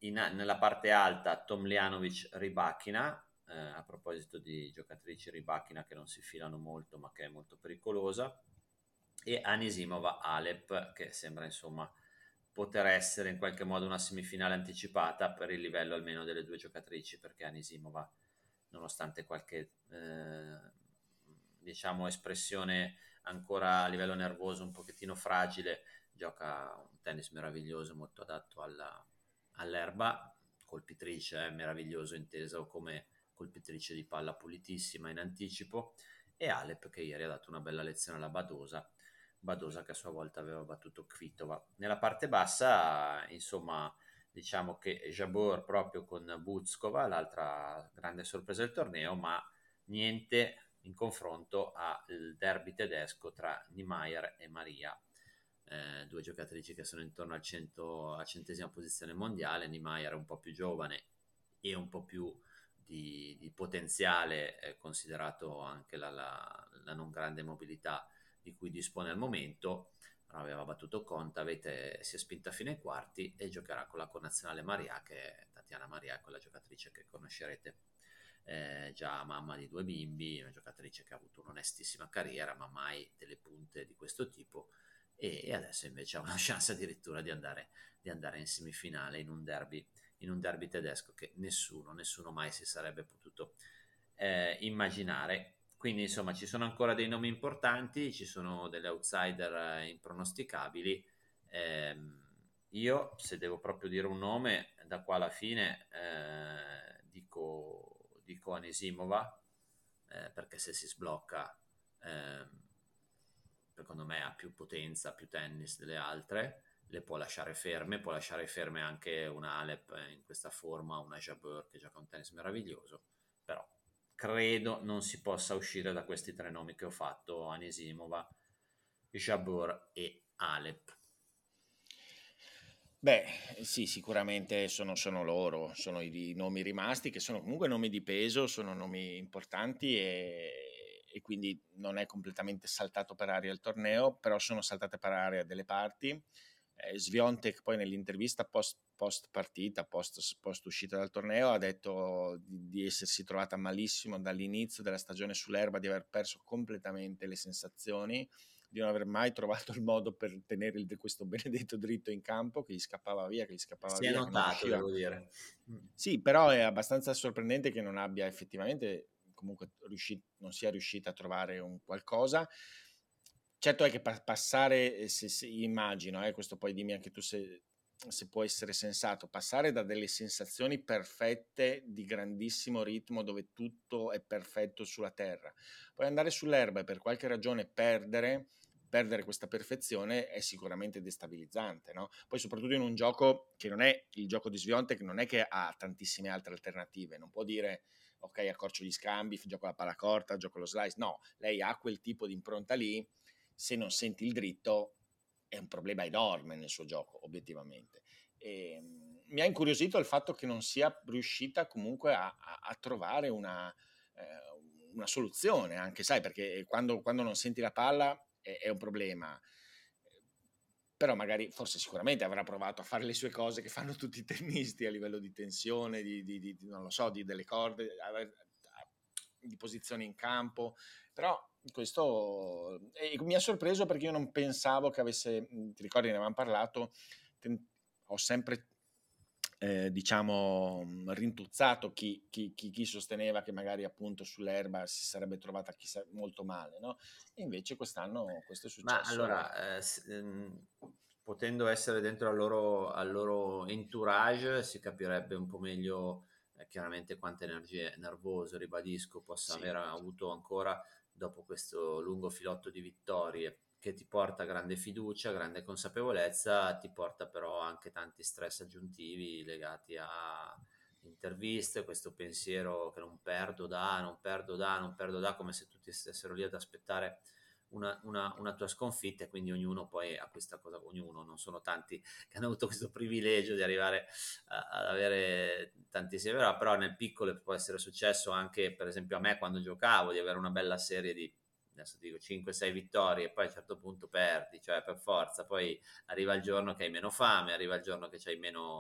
in, nella parte alta Tomljanovic Rybakina, eh, a proposito di giocatrici Rybakina che non si filano molto ma che è molto pericolosa, e Anisimova Alep, che sembra insomma poter essere in qualche modo una semifinale anticipata per il livello almeno delle due giocatrici, perché Anisimova, nonostante qualche eh, diciamo espressione ancora a livello nervoso un pochettino fragile, gioca un tennis meraviglioso, molto adatto alla, all'erba, colpitrice, eh, meraviglioso inteso come colpitrice di palla pulitissima in anticipo, e Alep che ieri ha dato una bella lezione alla Badosa, Badosa che a sua volta aveva battuto Kvitova. Nella parte bassa, insomma, diciamo che Jabeur proprio con Buzkova, l'altra grande sorpresa del torneo, ma niente in confronto al derby tedesco tra Niemeyer e Maria, eh, due giocatrici che sono intorno al cento, alla centesima posizione mondiale. Niemeyer è un po' più giovane e un po' più di, di potenziale, eh, considerato anche la, la, la non grande mobilità di cui dispone al momento. Aveva battuto Kontaveit, si è spinta fino ai quarti e giocherà con la connazionale Maria, che è Tatiana Maria, quella giocatrice che conoscerete, eh, già mamma di due bimbi, una giocatrice che ha avuto un'onestissima carriera ma mai delle punte di questo tipo, e, e adesso invece ha una chance addirittura di andare, di andare in semifinale in un derby in un derby tedesco che nessuno, nessuno mai si sarebbe potuto eh, immaginare. Quindi insomma ci sono ancora dei nomi importanti, ci sono delle outsider eh, impronosticabili. Eh, io, se devo proprio dire un nome, da qua alla fine eh, dico, dico Anisimova, eh, perché se si sblocca, eh, secondo me ha più potenza, più tennis delle altre, le può lasciare ferme, può lasciare ferme anche una Alep in questa forma, una Jabeur che gioca un tennis meraviglioso, però credo non si possa uscire da questi tre nomi che ho fatto: Anisimova, Jabeur e Alep. Beh, sì, sicuramente sono, sono loro, sono i, i nomi rimasti, che sono comunque nomi di peso, sono nomi importanti, e, e quindi non è completamente saltato per aria il torneo, però sono saltate per aria delle parti. Eh, Swiatek poi nell'intervista post, post partita, post, post uscita dal torneo, ha detto di, di essersi trovata malissimo dall'inizio della stagione sull'erba, di aver perso completamente le sensazioni, di non aver mai trovato il modo per tenere il, questo benedetto dritto in campo, che gli scappava via, che gli scappava Si è via, che non notato, riusciva. devo dire. Sì, però è abbastanza sorprendente che non abbia effettivamente comunque riuscito, non sia riuscita a trovare un qualcosa. Certo è che pa- passare, se, se, immagino, eh, questo poi dimmi anche tu se, se può essere sensato, passare da delle sensazioni perfette di grandissimo ritmo dove tutto è perfetto sulla terra, poi andare sull'erba e per qualche ragione perdere, perdere questa perfezione è sicuramente destabilizzante, no? Poi soprattutto in un gioco che non è il gioco di Swiatek, non è che ha tantissime altre alternative, non può dire ok, accorcio gli scambi, gioco la palla corta, gioco lo slice, no, lei ha quel tipo di impronta lì, se non senti il dritto è un problema enorme nel suo gioco, obiettivamente. E, mi ha incuriosito il fatto che non sia riuscita comunque a, a, a trovare una, eh, una soluzione, anche sai, perché quando, quando non senti la palla è, è un problema, però magari, forse sicuramente avrà provato a fare le sue cose che fanno tutti i tennisti a livello di tensione, di, di, di non lo so, di delle corde, di posizione in campo, però questo eh, mi ha sorpreso perché io non pensavo che avesse, ti ricordi, ne avevamo parlato, ten, ho sempre eh, diciamo rintuzzato chi, chi, chi, chi sosteneva che magari appunto sull'erba si sarebbe trovata chissà, molto male, no? E invece quest'anno questo è successo. Ma allora, eh, s- ehm, potendo essere dentro al loro, al loro entourage, si capirebbe un po' meglio eh, chiaramente quante energie nervose, ribadisco, possa Sì. aver avuto ancora dopo questo lungo filotto di vittorie, che ti porta grande fiducia, grande consapevolezza, ti porta però anche tanti stress aggiuntivi legati a interviste, questo pensiero che non perdo da, non perdo da, non perdo da, come se tutti stessero lì ad aspettare una, una, una tua sconfitta, e quindi ognuno poi ha questa cosa, ognuno, non sono tanti che hanno avuto questo privilegio di arrivare a, ad avere tantissime, però, però nel piccolo può essere successo anche per esempio a me quando giocavo, di avere una bella serie di, adesso dico cinque sei vittorie, e poi a un certo punto perdi, cioè per forza, poi arriva il giorno che hai meno fame, arriva il giorno che hai meno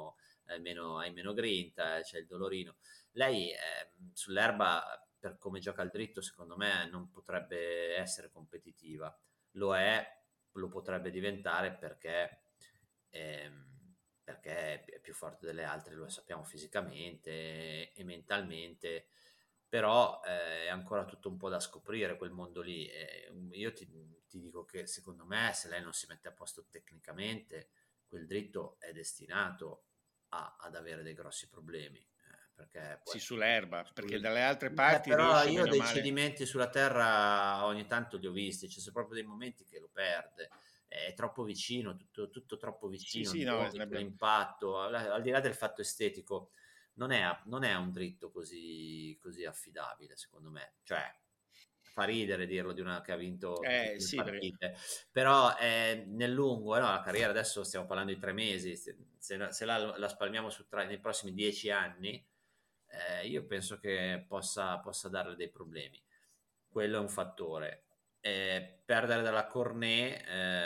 hai meno, hai meno grinta, eh, c'è il dolorino. Lei eh, sull'erba, per come gioca il dritto, secondo me non potrebbe essere competitiva. Lo è, lo potrebbe diventare perché, ehm, perché è più forte delle altre, lo sappiamo fisicamente e mentalmente, però eh, è ancora tutto un po' da scoprire quel mondo lì. E io ti, ti dico che secondo me, se lei non si mette a posto tecnicamente, quel dritto è destinato a- ad avere dei grossi problemi. eh, Perché poi, Sì, sull'erba, perché sul- dalle altre eh, parti però riesce io bene o dei male. cedimenti sulla terra ogni tanto li ho visti, c'è proprio dei momenti che lo perde, è troppo vicino, tutto, tutto troppo Sì, vicino, sì, il no, ne gomito, abbiamo- l'impatto, al, al di là del fatto estetico, non è, non è un dritto così, così affidabile, secondo me. Cioè, fa ridere dirlo di una che ha vinto tutte eh, le sì, perché partite, però eh, nel lungo, eh, no, la carriera adesso stiamo parlando di tre mesi, se, se, se la, la spalmiamo su tra, nei prossimi dieci anni, eh, io penso che possa, possa darle dei problemi. Quello è un fattore. Eh, perdere dalla Cornet,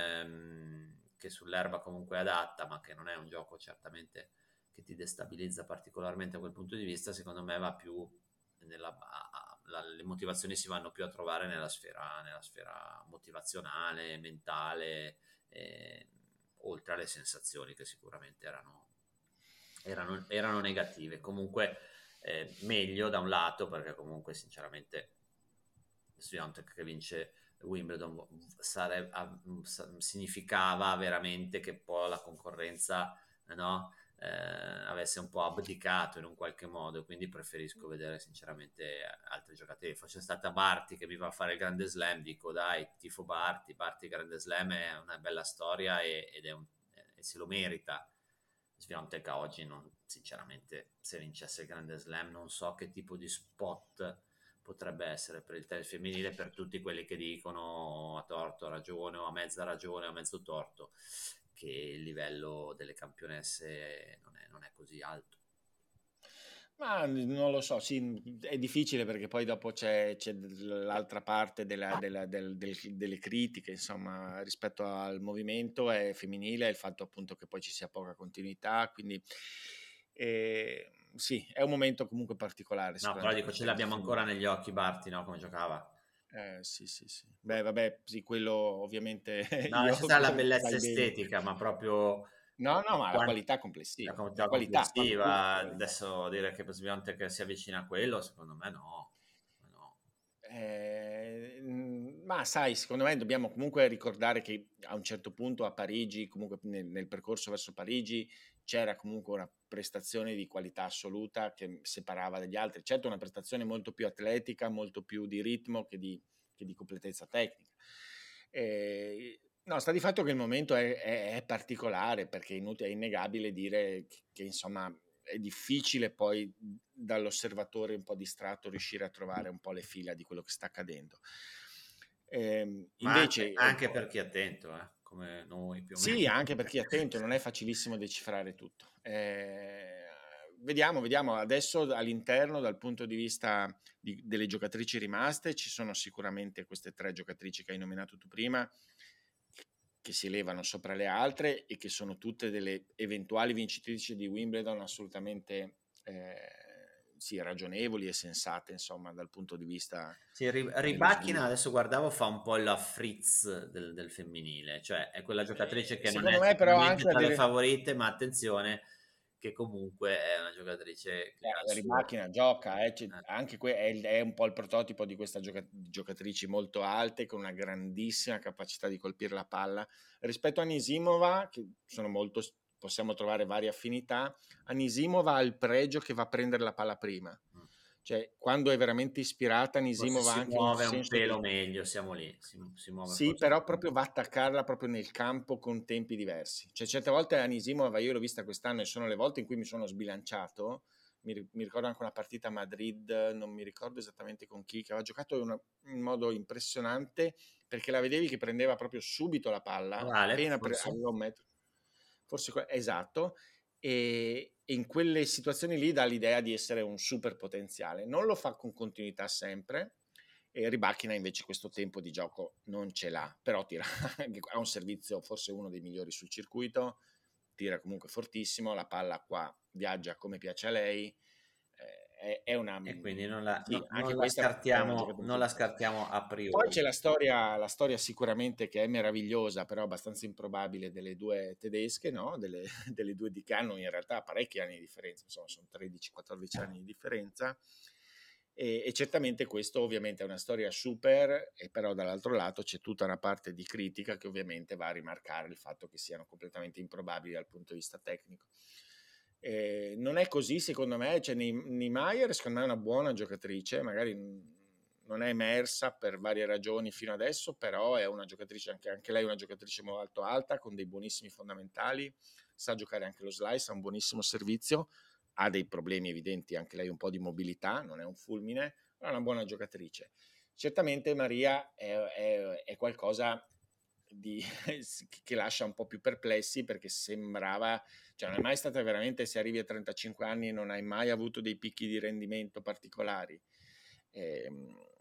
ehm, che sull'erba comunque è adatta, ma che non è un gioco certamente che ti destabilizza particolarmente da quel punto di vista, secondo me va più nella, a- a- la- le motivazioni si vanno più a trovare nella sfera, nella sfera motivazionale, mentale, eh, oltre alle sensazioni che sicuramente erano, erano, erano negative. Comunque eh, meglio da un lato, perché comunque sinceramente Swiatek che vince Wimbledon sare- a- sa- significava veramente che poi la concorrenza, no, eh, avesse un po' abdicato in un qualche modo, quindi preferisco vedere sinceramente altri giocatori. Fosse stata Barty che mi va a fare il Grande Slam, dico dai, tifo Barty, Barty Grande Slam è una bella storia e, ed è un, e se lo merita. Swiatek oggi non, sinceramente, se vincesse il Grande Slam non so che tipo di spot potrebbe essere per il tennis femminile, per tutti quelli che dicono a torto, a ragione o a mezza ragione o a mezzo torto che il livello delle campionesse non è, non è così alto. Ma non lo so, sì, è difficile perché poi dopo c'è, c'è l'altra parte della- della- del- del- delle critiche, insomma, rispetto al movimento è femminile, è il fatto appunto che poi ci sia poca continuità, quindi eh, sì, è un momento comunque particolare No, però sicuramente dico, per il ce tennis l'abbiamo ancora femminile. negli occhi Barty, no? Come giocava. Eh, sì, sì, sì. Beh, vabbè, sì, quello ovviamente No, io lascia stare la bellezza sai bene. estetica, ma proprio No, no, ma la quan- qualità la complessiva, la quantità qualità, proprio tutto. complessiva. Adesso dire che possibilmente che si avvicina a quello, secondo me no. no. Eh, mh, ma sai, secondo me dobbiamo comunque ricordare che a un certo punto a Parigi, comunque nel, nel percorso verso Parigi, c'era comunque una prestazione di qualità assoluta che separava dagli altri. Certo, una prestazione molto più atletica, molto più di ritmo che di, che di completezza tecnica. Eh, no, sta di fatto che il momento è, è- è particolare perché è, inutile, è innegabile dire che, che, insomma è difficile poi dall'osservatore un po' distratto riuscire a trovare un po' le fila di quello che sta accadendo. Eh, Ma anche, invece, anche per chi è attento, eh, come noi più o meno. sì, anche per chi è attento, non è facilissimo decifrare tutto. Eh, vediamo, vediamo. Adesso all'interno, dal punto di vista di- delle giocatrici rimaste, ci sono sicuramente queste tre giocatrici che hai nominato tu prima, che si elevano sopra le altre e che sono tutte delle eventuali vincitrici di Wimbledon assolutamente eh, sì, ragionevoli e sensate, insomma, dal punto di vista Sì, Ri- dello Rybakina, sviluppo. adesso guardavo, fa un po' la Fritz del, del femminile, cioè è quella giocatrice Eh, che non è secondo me, però, sicuramente anche a tra le dire. favorite, ma attenzione che comunque è una giocatrice che ha il Eh, suo... Rybakina gioca, eh, c'è- eh. anche que- è, il- è un po' il prototipo di queste gioca- giocatrici molto alte con una grandissima capacità di colpire la palla. Rispetto a Nisimova, che sono molto, possiamo trovare varie affinità, Anisimova ha il pregio che va a prendere la palla prima. Mm. Cioè, quando è veramente ispirata, Forse Nisimova ha si anche un muove un senso pelo di. meglio, siamo lì, si, si muove Sì, forse. però proprio va a attaccarla proprio nel campo con tempi diversi. Cioè, certe volte Anisimova, io l'ho vista quest'anno e sono le volte in cui mi sono sbilanciato. Mi, ri- mi ricordo anche una partita a Madrid, non mi ricordo esattamente con chi, che aveva giocato in, una- in modo impressionante perché la vedevi che prendeva proprio subito la palla, Vale, appena pre- forse? aveva un metro. Forse que- esatto. E e in quelle situazioni lì dà l'idea di essere un super potenziale. Non lo fa con continuità sempre, e Rybakina invece questo tempo di gioco non ce l'ha, però tira, ha un servizio forse uno dei migliori sul circuito, tira comunque fortissimo, la palla qua viaggia come piace a lei, eh, è, è una... E quindi non la, Sì, no- anche non la questa è una scartiamo, giocatrice non la di classe. scartiamo a Poi priori. c'è la storia, la storia sicuramente che è meravigliosa, però abbastanza improbabile, delle due tedesche, no? delle, delle due di che hanno in realtà parecchi anni di differenza, insomma sono tredici quattordici anni di differenza, e, e certamente questo ovviamente è una storia super, e però dall'altro lato c'è tutta una parte di critica che ovviamente va a rimarcare il fatto che siano completamente improbabili dal punto di vista tecnico. Eh, non è così secondo me, cioè Niemeyer secondo me è una buona giocatrice, magari non è emersa per varie ragioni fino adesso, però è una giocatrice, anche, anche lei è una giocatrice molto alta, con dei buonissimi fondamentali, sa giocare anche lo slice, ha un buonissimo servizio, ha dei problemi evidenti, anche lei un po' di mobilità, non è un fulmine, ma è una buona giocatrice. Certamente Maria è, è, è qualcosa di, che lascia un po' più perplessi, perché sembrava, cioè non è mai stata veramente, se arrivi a trentacinque anni non hai mai avuto dei picchi di rendimento particolari. Eh,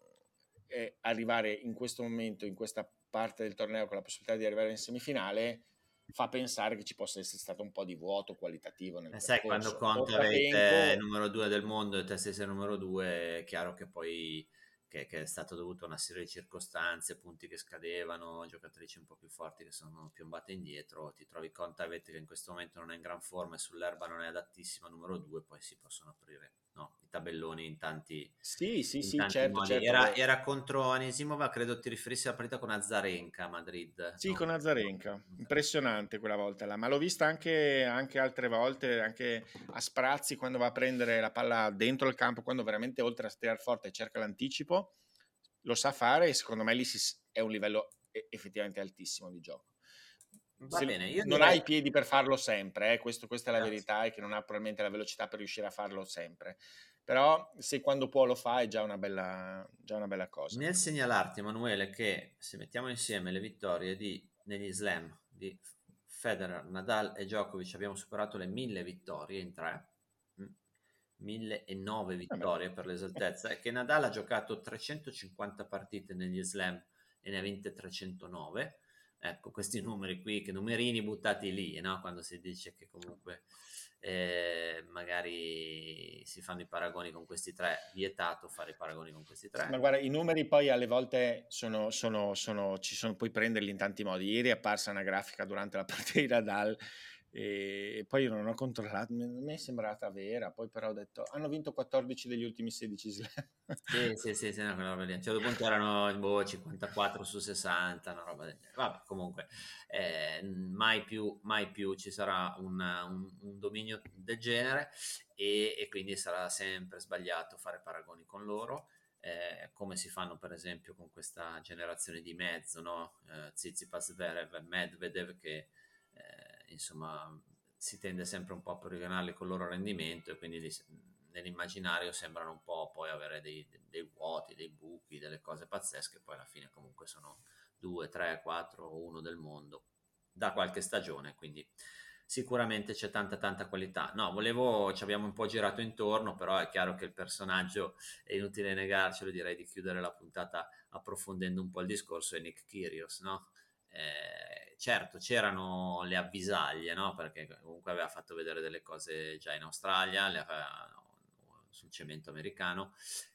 eh, arrivare in questo momento, in questa parte del torneo, con la possibilità di arrivare in semifinale, fa pensare che ci possa essere stato un po' di vuoto qualitativo nel Eh, sai, quando percorso. Kontaveit è numero due del mondo e te sei numero due, è chiaro che poi che, che è stato dovuto a una serie di circostanze, punti che scadevano, giocatrici un po' più forti che sono piombate indietro, ti trovi Kontaveit che in questo momento non è in gran forma e sull'erba non è adattissima, numero due, poi si possono aprire, no, i tabelloni in tanti, sì, sì, in sì, tanti certo, modi. certo. Era, era contro Anisimova, credo ti riferissi alla partita con Azarenka a Madrid. Sì, No? con Azarenka, impressionante quella volta là, ma l'ho vista anche, anche altre volte, anche a sprazzi, quando va a prendere la palla dentro il campo, quando veramente oltre a tirare forte cerca l'anticipo, lo sa fare, e secondo me lì si, è un livello effettivamente altissimo di gioco. Va Se, bene, io non ha direi... i piedi per farlo sempre, eh, questo, questa è la Grazie. verità, è che non ha probabilmente la velocità per riuscire a farlo sempre, però se quando può lo fa è già una bella, già una bella cosa. Nel segnalarti, Emanuele, che se mettiamo insieme le vittorie di, negli slam di Federer, Nadal e Djokovic, abbiamo superato le mille vittorie in tre, mille e nove vittorie per l'esattezza, e che Nadal ha giocato trecentocinquanta partite negli slam e ne ha vinte trecentonove. Ecco, questi numeri qui, che numerini buttati lì, no? Quando si dice che comunque eh, magari si fanno i paragoni con questi tre, vietato fare i paragoni con questi tre. Sì, ma guarda, i numeri poi alle volte sono, sono, sono, ci sono, puoi prenderli in tanti modi. Ieri è apparsa una grafica durante la partita di Nadal e poi io non ho controllato, mi è sembrata vera, poi però ho detto hanno vinto quattordici degli ultimi sedici slam. Sì, sì, sì, sì, no, quella roba lì. A un certo punto erano boh, cinquantaquattro su sessanta, una roba del genere. Vabbè, comunque, eh, mai, più, mai più ci sarà una, un, un dominio del genere, e, e quindi sarà sempre sbagliato fare paragoni con loro, eh, come si fanno per esempio con questa generazione di mezzo, no? Eh, Tsitsipas, Zverev, Medvedev, che eh, insomma si tende sempre un po' a paragonarli con il loro rendimento, e quindi li, nell'immaginario sembrano un po' poi avere dei, dei vuoti, dei buchi, delle cose pazzesche, poi alla fine comunque sono due, tre, quattro, uno del mondo da qualche stagione, quindi sicuramente c'è tanta tanta qualità. No, volevo, ci abbiamo un po' girato intorno, però è chiaro che il personaggio, è inutile negarcelo, direi di chiudere la puntata approfondendo un po' il discorso, è Nick Kyrgios, no? Eh, certo, c'erano le avvisaglie, no? Perché comunque aveva fatto vedere delle cose già in Australia, le aveva, no, sul cemento americano,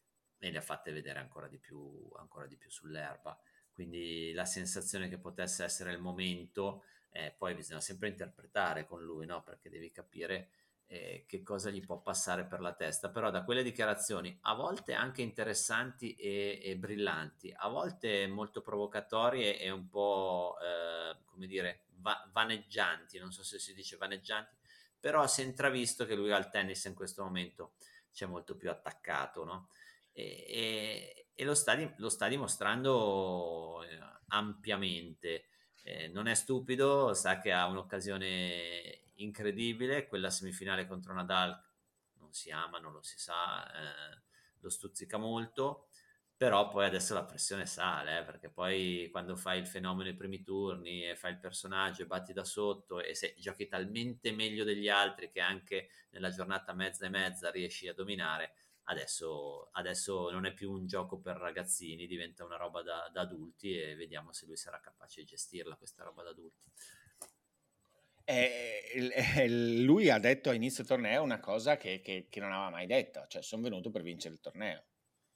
e le ha fatte vedere ancora di più, ancora di più sull'erba. Quindi la sensazione che potesse essere il momento, eh, poi bisogna sempre interpretare con lui, no? Perché devi capire eh, che cosa gli può passare per la testa. Però da quelle dichiarazioni, a volte anche interessanti e, e brillanti, a volte molto provocatorie e un po', eh, come dire, va- vaneggianti, non so se si dice vaneggianti, però si è intravisto che lui al tennis in questo momento c'è molto più attaccato, no? E, e, e lo, sta, lo sta dimostrando eh, ampiamente. Eh, non è stupido, sa che ha un'occasione incredibile, quella semifinale contro Nadal non si ama, non lo si sa, eh, lo stuzzica molto, però poi adesso la pressione sale, eh, perché poi quando fai il fenomeno ai primi turni e fai il personaggio e batti da sotto, e se giochi talmente meglio degli altri che anche nella giornata mezza e mezza riesci a dominare, adesso, adesso non è più un gioco per ragazzini, diventa una roba da, da adulti, e vediamo se lui sarà capace di gestirla questa roba da adulti. Eh, eh, lui ha detto a inizio torneo una cosa che, che- che non aveva mai detto, cioè sono venuto per vincere il torneo.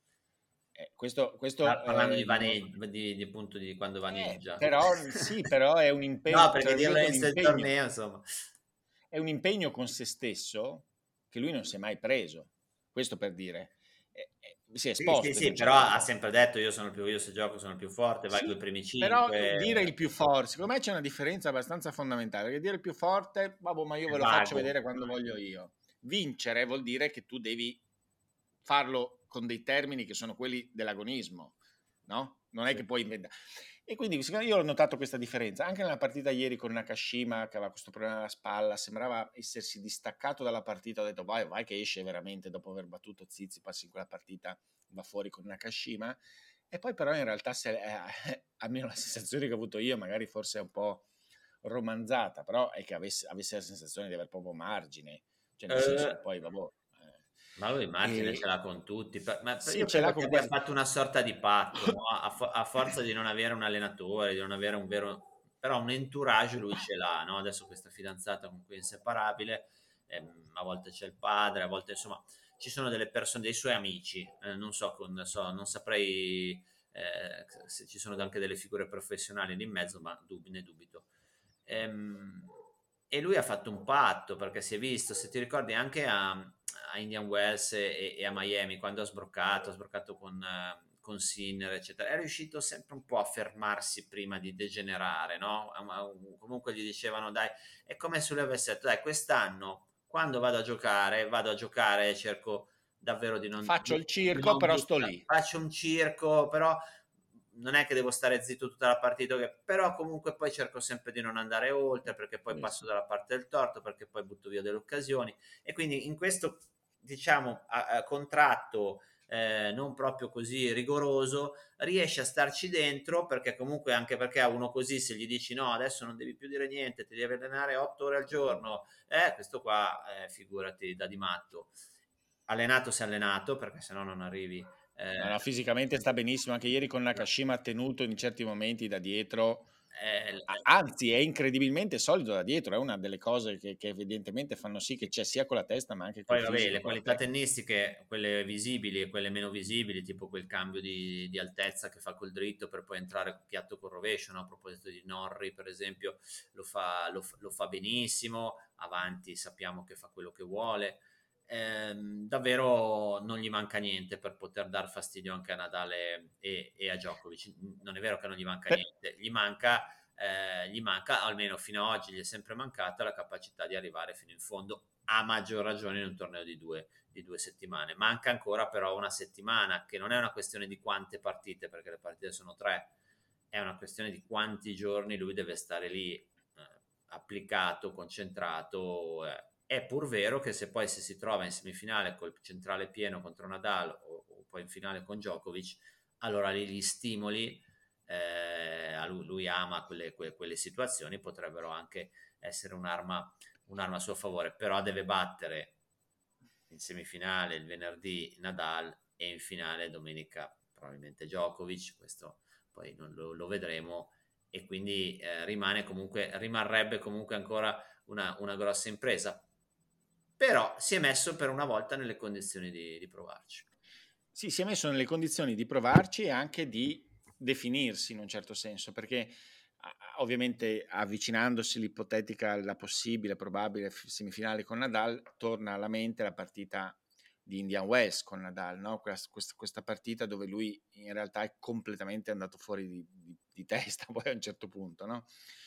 Eh, questo, questo Ah, parlando eh, di, non- vane- di, di appunto di quando eh, vaneggia. però sì, però è un No, impegno, perché tra dirlo virgolette, un all'inizio del impegno, torneo, insomma. è un impegno con se stesso che lui non si è mai preso. Questo per dire, eh, eh, si è Sì, sì, esposto in sì, un però certo ha senso. sempre detto io sono il più, io se gioco sono il più forte, vai con i Sì, primi però cinque, dire il più forte, secondo me c'è una differenza abbastanza fondamentale, perché dire il più forte, vabbè, ma io è ve lo faccio vago. vedere quando voglio io. Vincere vuol dire che tu devi farlo con dei termini che sono quelli dell'agonismo, no? Non è Sì. che puoi inventare. E quindi secondo me io ho notato questa differenza, anche nella partita ieri con Nakashima, che aveva questo problema alla spalla, sembrava essersi distaccato dalla partita, ho detto vai, vai che esce veramente dopo aver battuto Tsitsipas in quella partita, va fuori con Nakashima. E poi però in realtà, se, eh, almeno la sensazione che ho avuto io, magari forse è un po' romanzata, però è che avesse, avesse la sensazione di aver proprio margine, cioè nel senso Eh, che poi, vabbè... eh, ma lui margine ce e l'ha con tutti, per- ma per- sì, io ce l'ha credo che con abbia quasi... fatto una sorta di patto, no? A, fo- a forza di non avere un allenatore, di non avere un vero, però un entourage lui ce l'ha, no? Adesso questa fidanzata con cui è inseparabile, ehm, a volte c'è il padre, a volte insomma ci sono delle persone, dei suoi amici, eh, non so, con- so, non saprei eh, se ci sono anche delle figure professionali lì in mezzo, ma dub- ne dubito. Ehm, e lui ha fatto un patto perché si è visto, se ti ricordi, anche a, a Indian Wells e, e a Miami quando ha sbroccato, ha sbroccato con, eh, con Sinner, eccetera. È riuscito sempre un po' a fermarsi prima di degenerare, no? Comunque gli dicevano, dai, è come se lui avesse detto, dai, quest'anno quando vado a giocare, vado a giocare e cerco davvero di non, Faccio di, il di circo, non però sto buttare, lì. faccio un circo, però non è che devo stare zitto tutta la partita, però comunque poi cerco sempre di non andare oltre perché poi Sì, passo sì. dalla parte del torto, perché poi butto via delle occasioni e quindi in questo diciamo a, a contratto eh, non proprio così rigoroso riesce a starci dentro perché comunque anche perché a uno così se gli dici no adesso non devi più dire niente ti devi allenare otto ore al giorno eh questo qua eh, figurati da di matto allenato si è allenato perché sennò non arrivi No, no, eh, fisicamente sta benissimo, anche ieri con Nakashima ha tenuto in certi momenti da dietro, eh, a- anzi è incredibilmente solido da dietro, è una delle cose che, che evidentemente fanno sì che c'è sia con la testa ma anche col Poi vabbè, fisico, le con la qualità tecnica. tennistiche, quelle visibili e quelle meno visibili, tipo quel cambio di, di altezza che fa col dritto per poi entrare piatto col rovescio, no? A proposito di Norri, per esempio, lo fa, lo, lo fa benissimo, avanti sappiamo che fa quello che vuole. Ehm, davvero non gli manca niente per poter dar fastidio anche a Nadal e, e- e a Djokovic. Non è vero che non gli manca Per- niente, gli manca, eh, gli manca, almeno fino ad oggi gli è sempre mancata la capacità di arrivare fino in fondo a maggior ragione in un torneo di due, di due settimane. Manca ancora però una settimana, che non è una questione di quante partite, perché le partite sono tre, è una questione di quanti giorni lui deve stare lì eh, applicato, concentrato. Eh. È pur vero che se poi se si trova in semifinale col centrale pieno contro Nadal o, o poi in finale con Djokovic, allora lì gli stimoli, eh, a lui, lui ama quelle, quelle, quelle situazioni, potrebbero anche essere un'arma un'arma a suo favore, però deve battere in semifinale il venerdì Nadal e in finale domenica probabilmente Djokovic, questo poi non lo, lo vedremo e quindi eh, rimane comunque, rimarrebbe comunque ancora una, una grossa impresa, però si è messo per una volta nelle condizioni di, di provarci. Sì, si è messo nelle condizioni di provarci e anche di definirsi in un certo senso, perché a- ovviamente avvicinandosi l'ipotetica, la possibile, probabile f- semifinale con Nadal, torna alla mente la partita di Indian Wells con Nadal, no? Questa, questa- questa partita dove lui in realtà è completamente andato fuori di, di- di testa poi a un certo punto, no?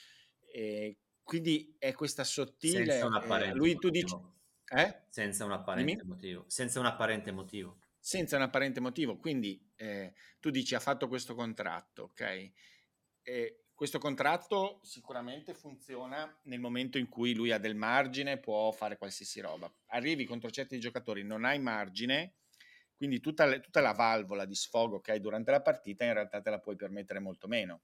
E quindi è questa Senza un sottile... eh, apparente lui, tu dici... motivo. Eh? Senza un Dimmi? apparente motivo. Senza un apparente motivo. Senza un apparente motivo. Quindi eh, tu dici ha fatto questo contratto, ok? E questo contratto sicuramente funziona nel momento in cui lui ha del margine, può fare qualsiasi roba. Arrivi contro certi giocatori, non hai margine, quindi tutta, le, tutta la valvola di sfogo che hai durante la partita in realtà te la puoi permettere molto meno.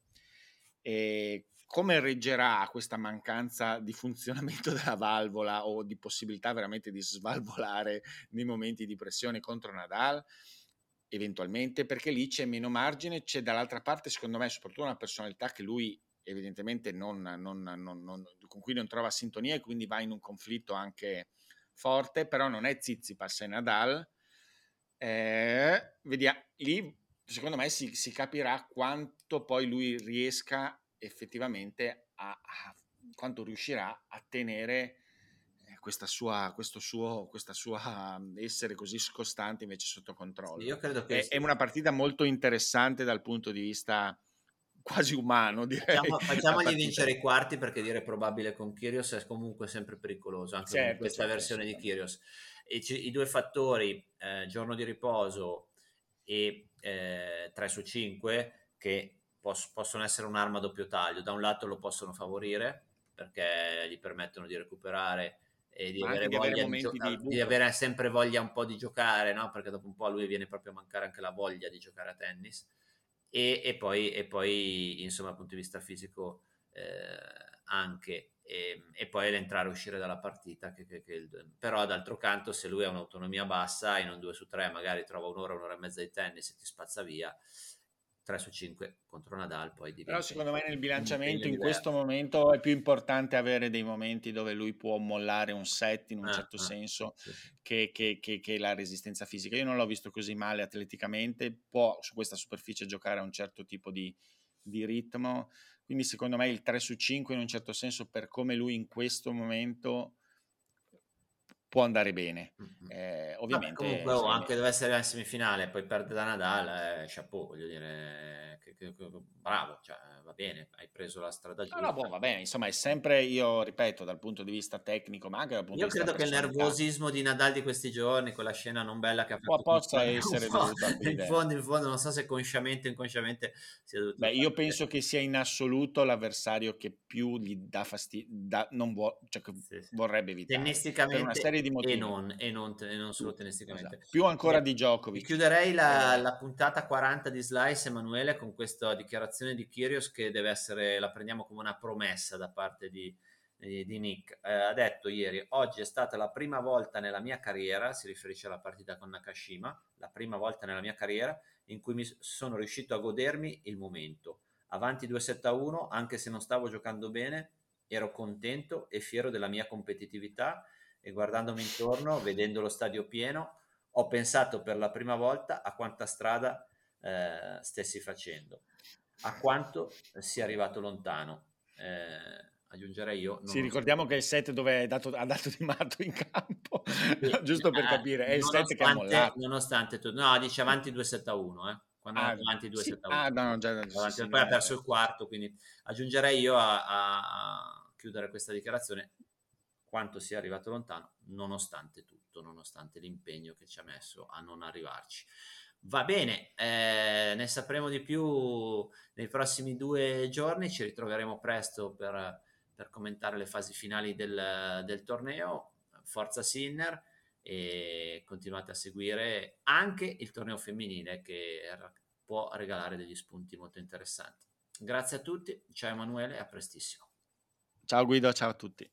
E come reggerà questa mancanza di funzionamento della valvola o di possibilità veramente di svalvolare nei momenti di pressione contro Nadal? Eventualmente, perché lì c'è meno margine, c'è dall'altra parte, secondo me, soprattutto una personalità che lui evidentemente non, non, non, non, con cui non trova sintonia e quindi va in un conflitto anche forte, però non è Tsitsipas, è Nadal. Eh, vediamo, lì secondo me si, si capirà quanto poi lui riesca effettivamente a, a quanto riuscirà a tenere questa sua, questo suo, questa sua essere così scostante invece sotto controllo. Io credo che è, sì. È una partita molto interessante dal punto di vista quasi umano, direi. Facciamo, facciamogli vincere i quarti, perché dire probabile con Kyrgios è comunque sempre pericoloso, anche certo, con questa certo, versione di Kyrgios. E c- i due fattori, eh, giorno di riposo e eh, tre su cinque, che pos- possono essere un'arma a doppio taglio. Da un lato lo possono favorire, perché gli permettono di recuperare e di Ma avere anche voglia di avere di, momenti gio- di buco. di avere sempre voglia un po' di giocare, no? Perché dopo un po' a lui viene proprio a mancare anche la voglia di giocare a tennis. E, e, poi, e poi insomma dal punto di vista fisico eh, anche e, e poi l'entrare e uscire dalla partita che, che, che il, però d'altro canto, se lui ha un'autonomia bassa in un due su tre magari trova un'ora, un'ora e mezza di tennis e ti spazza via, tre su cinque contro Nadal poi diventa. Però secondo me nel bilanciamento in diverso. questo momento è più importante avere dei momenti dove lui può mollare un set in un ah, certo ah, senso sì, sì. Che, che, che, che la resistenza fisica. Io non l'ho visto così male atleticamente, può su questa superficie giocare a un certo tipo di, di ritmo, quindi secondo me il tre su cinque in un certo senso, per come lui in questo momento può andare bene. Eh, ovviamente Vabbè, comunque oh, anche deve essere la semifinale, poi perde da Nadal, eh, chapeau, voglio dire, che, che, che, bravo, cioè, va bene, hai preso la strada giusta. No, no, boh, va bene, insomma è sempre, io ripeto, dal punto di vista tecnico, ma anche dal punto Io di vista credo che il personalità, nervosismo di Nadal di questi giorni, quella scena non bella che ha può, fatto, possa essere dovuto a in quell'idea. fondo, in fondo, non so se consciamente o inconsciamente sia dovuto. Beh, io penso che sia in assoluto l'avversario che più gli dà fastidio, da, non vuo, cioè che sì, sì. vorrebbe evitare Tennisticamente per una serie di motivi e non, e non, e non solo tennisticamente. Esatto. Più ancora Beh, di Djokovic. Chiuderei la, eh. la puntata quaranta di Slice, Emanuele, con questa dichiarazione di Kyrgios che deve essere, la prendiamo come una promessa da parte di, di, di Nick. Eh, ha detto ieri: oggi è stata la prima volta nella mia carriera, si riferisce alla partita con Nakashima, la prima volta nella mia carriera in cui mi sono riuscito a godermi il momento. Avanti due sette a uno, anche se non stavo giocando bene, ero contento e fiero della mia competitività, e guardandomi intorno, vedendo lo stadio pieno, ho pensato per la prima volta a quanta strada eh, stessi facendo, a quanto sia arrivato lontano. Eh, aggiungerei io. Sì, ricordiamo che è il set dove è dato, ha dato Di Mato in campo, sì, giusto per capire, è il set che ha mollato. Nonostante tutto, no, dice avanti due sette a uno, eh. Quando ah, è avanti due sette a uno. Sì, ah, no, già, avanti, sì, sì, poi ha è... perso il quarto, quindi aggiungerei io a, a, a chiudere questa dichiarazione quanto sia arrivato lontano, nonostante tutto, nonostante l'impegno che ci ha messo a non arrivarci. Va bene, eh, ne sapremo di più nei prossimi due giorni, ci ritroveremo presto per, per commentare le fasi finali del, del torneo. Forza Sinner, e continuate a seguire anche il torneo femminile, che può regalare degli spunti molto interessanti. Grazie a tutti, ciao Emanuele, a prestissimo. Ciao Guido, ciao a tutti.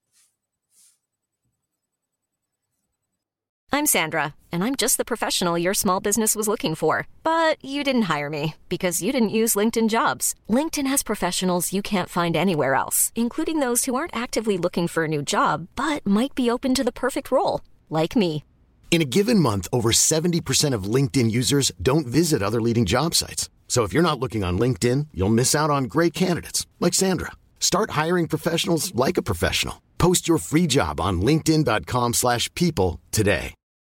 I'm Sandra, and I'm just the professional your small business was looking for. But you didn't hire me because you didn't use LinkedIn Jobs. LinkedIn has professionals you can't find anywhere else, including those who aren't actively looking for a new job, but might be open to the perfect role, like me. In a given month, over seventy percent of LinkedIn users don't visit other leading job sites. So if you're not looking on LinkedIn, you'll miss out on great candidates, like Sandra. Start hiring professionals like a professional. Post your free job on linkedin dot com slash people today.